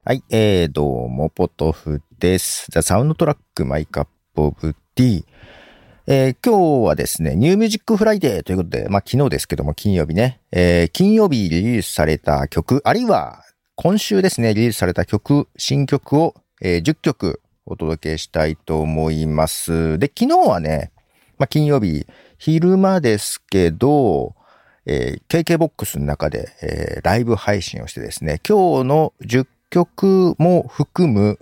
はい、どうも、ポトフです。ザ・サウンドトラックマイカップオブティー。今日はですね、ニューミュージックフライデーということで、昨日ですけども、金曜日ね、金曜日リリースされた曲、あるいは今週ですね、リリースされた曲、新曲を、10曲お届けしたいと思います。で、昨日はね、金曜日、昼間ですけど、KKBOX の中で、ライブ配信をしてですね、今日の10曲も含む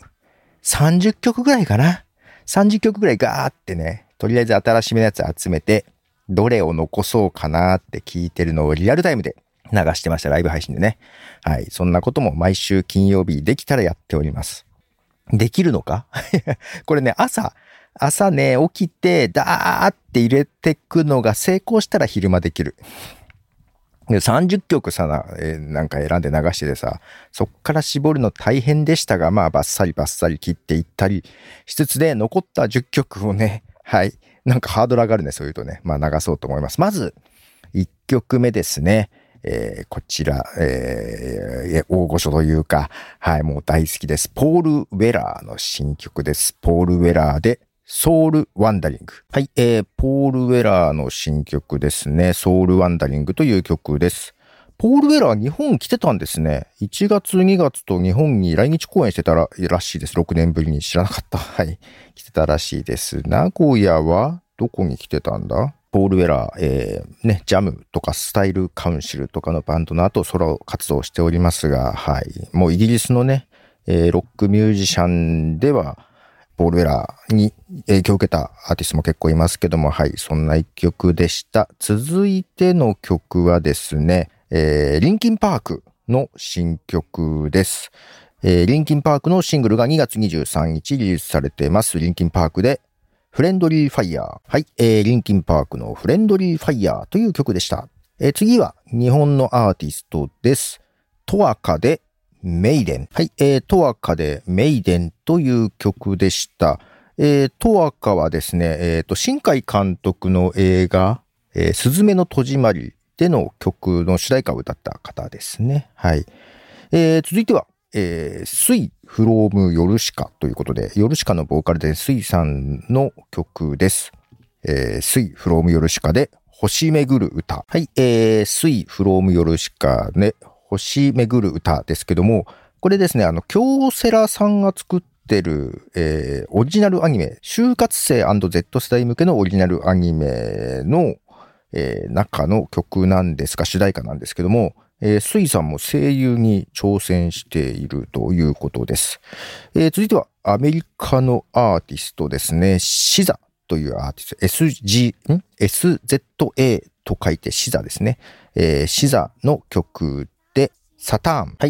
30曲ぐらいかな。30曲ぐらいガーってね、とりあえず新しめのやつ集めて、どれを残そうかなって聞いてるのをリアルタイムで流してました、ライブ配信でね。はい。そんなことも毎週金曜日できたらやっております。できるのかこれね、朝ね、起きて、ダーって入れてくのが成功したら昼間できる。で30曲さ、なんか選んで流しててさ、そっから絞るの大変でしたが、バッサリ切っていったりしつつで、残った10曲をね、はい、なんかハードル上がるね、そういうとね、流そうと思います。まず、1曲目ですね。こちら、大御所というか、はい、もう大好きです。ポール・ウェラーの新曲です。ポール・ウェラーで、ソウル・ワンダリング。はい、ポール・ウェラーの新曲ですね。ソウル・ワンダリングという曲です。ポール・ウェラー日本来てたんですね。1月2月と日本に来日公演してたらしいです。6年ぶりに知らなかった。はい。来てたらしいです。名古屋はどこに来てたんだ？ポール・ウェラー、ジャムとかスタイルカウンシルとかのバンドの後ソロ活動しておりますが、はい。もうイギリスのね、ロックミュージシャンでは、ポール・ウェラーに影響を受けたアーティストも結構いますけども、はい、そんな一曲でした。続いての曲はですね、リンキンパークの新曲です。リンキンパークのシングルが2月23日リリースされています。リンキンパークでフレンドリーファイヤー。はい、リンキンパークのフレンドリーファイヤーという曲でした。次は日本のアーティストです。トアカでメイデン。はい、トアカでメイデンという曲でした。トアカはですね、新海監督の映画、すずめの戸締まりでの曲の主題歌を歌った方ですね。はい。続いては、スイフロームヨルシカということで、ヨルシカのボーカルでスイさんの曲です。スイフロームヨルシカで星巡る歌。はい、スイフロームヨルシカで星巡る歌ですけども、これですね、京セラさんが作ってる、オリジナルアニメ、就活生 &Z 世代向けのオリジナルアニメの、中の曲なんですが、主題歌なんですけども、スイさんも声優に挑戦しているということです。続いてはアメリカのアーティストですね、シザというアーティスト、SZA と書いてシザですね。シザの曲でサターン。はい、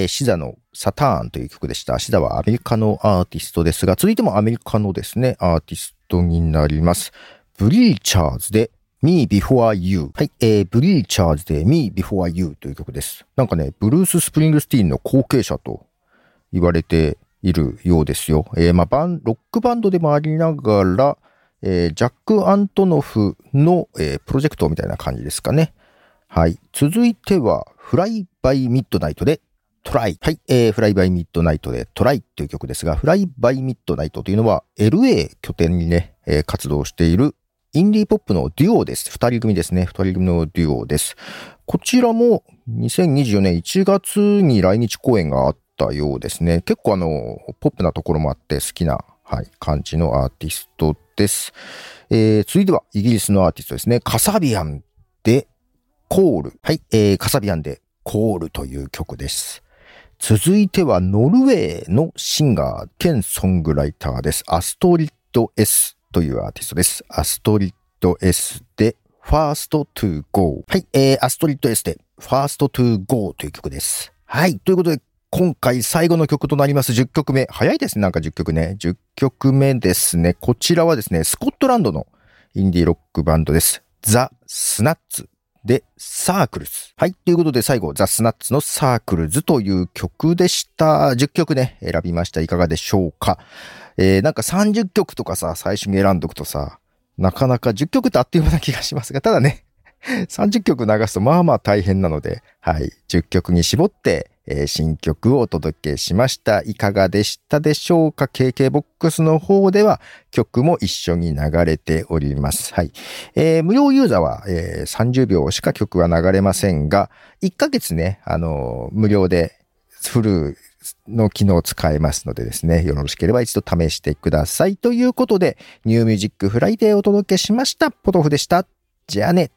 シザのサターンという曲でした。シザはアメリカのアーティストですが、続いてもアメリカのですね、アーティストになります。ブリーチャーズでMe Before You。はい、ブリーチャーズで Me Before You という曲です。なんかね、ブルース・スプリングスティーンの後継者と言われているようですよ。ロックバンドでもありながら、ジャック・アントノフの、プロジェクトみたいな感じですかね。はい。続いては、フライ・バイ・ミッドナイトでトライ。はい。フライ・バイ・ミッドナイトでトライという曲ですが、フライ・バイ・ミッドナイトというのは LA 拠点にね、活動しているインディーポップのデュオです。二人組ですね。二人組のデュオです。こちらも2024年1月に来日公演があったようですね。結構ポップなところもあって好きな、はい、感じのアーティストです。続いてはイギリスのアーティストですね。カサビアンでコール。はい、カサビアンでコールという曲です。続いてはノルウェーのシンガー兼ソングライターです。アストリッド S。というアーティストです。アストリッド S で First to Go。はい、アストリッド S で First to Go という曲です。はい、ということで今回最後の曲となります10曲目。早いですね、なんか10曲ね。10曲目ですね。こちらはですね、スコットランドのインディーロックバンドです。ザ・スナッツでサークルズ。はい、ということで最後、ザ・スナッツのサークルズという曲でした。10曲ね、選びました。いかがでしょうか。なんか30曲とかさ、最初に選んどくとさ、なかなか10曲ってあっという間な気がしますが、ただね、30曲流すとまあまあ大変なので、はい、10曲に絞って、 新曲をお届けしました。いかがでしたでしょうか？ KKBOX の方では曲も一緒に流れております。はい。無料ユーザーは、30秒しか曲は流れませんが、1ヶ月ね、無料でフルの機能を使えますのでですね、よろしければ一度試してください。ということで、ニューミュージックフライデーをお届けしました。ポトフでした。じゃあね。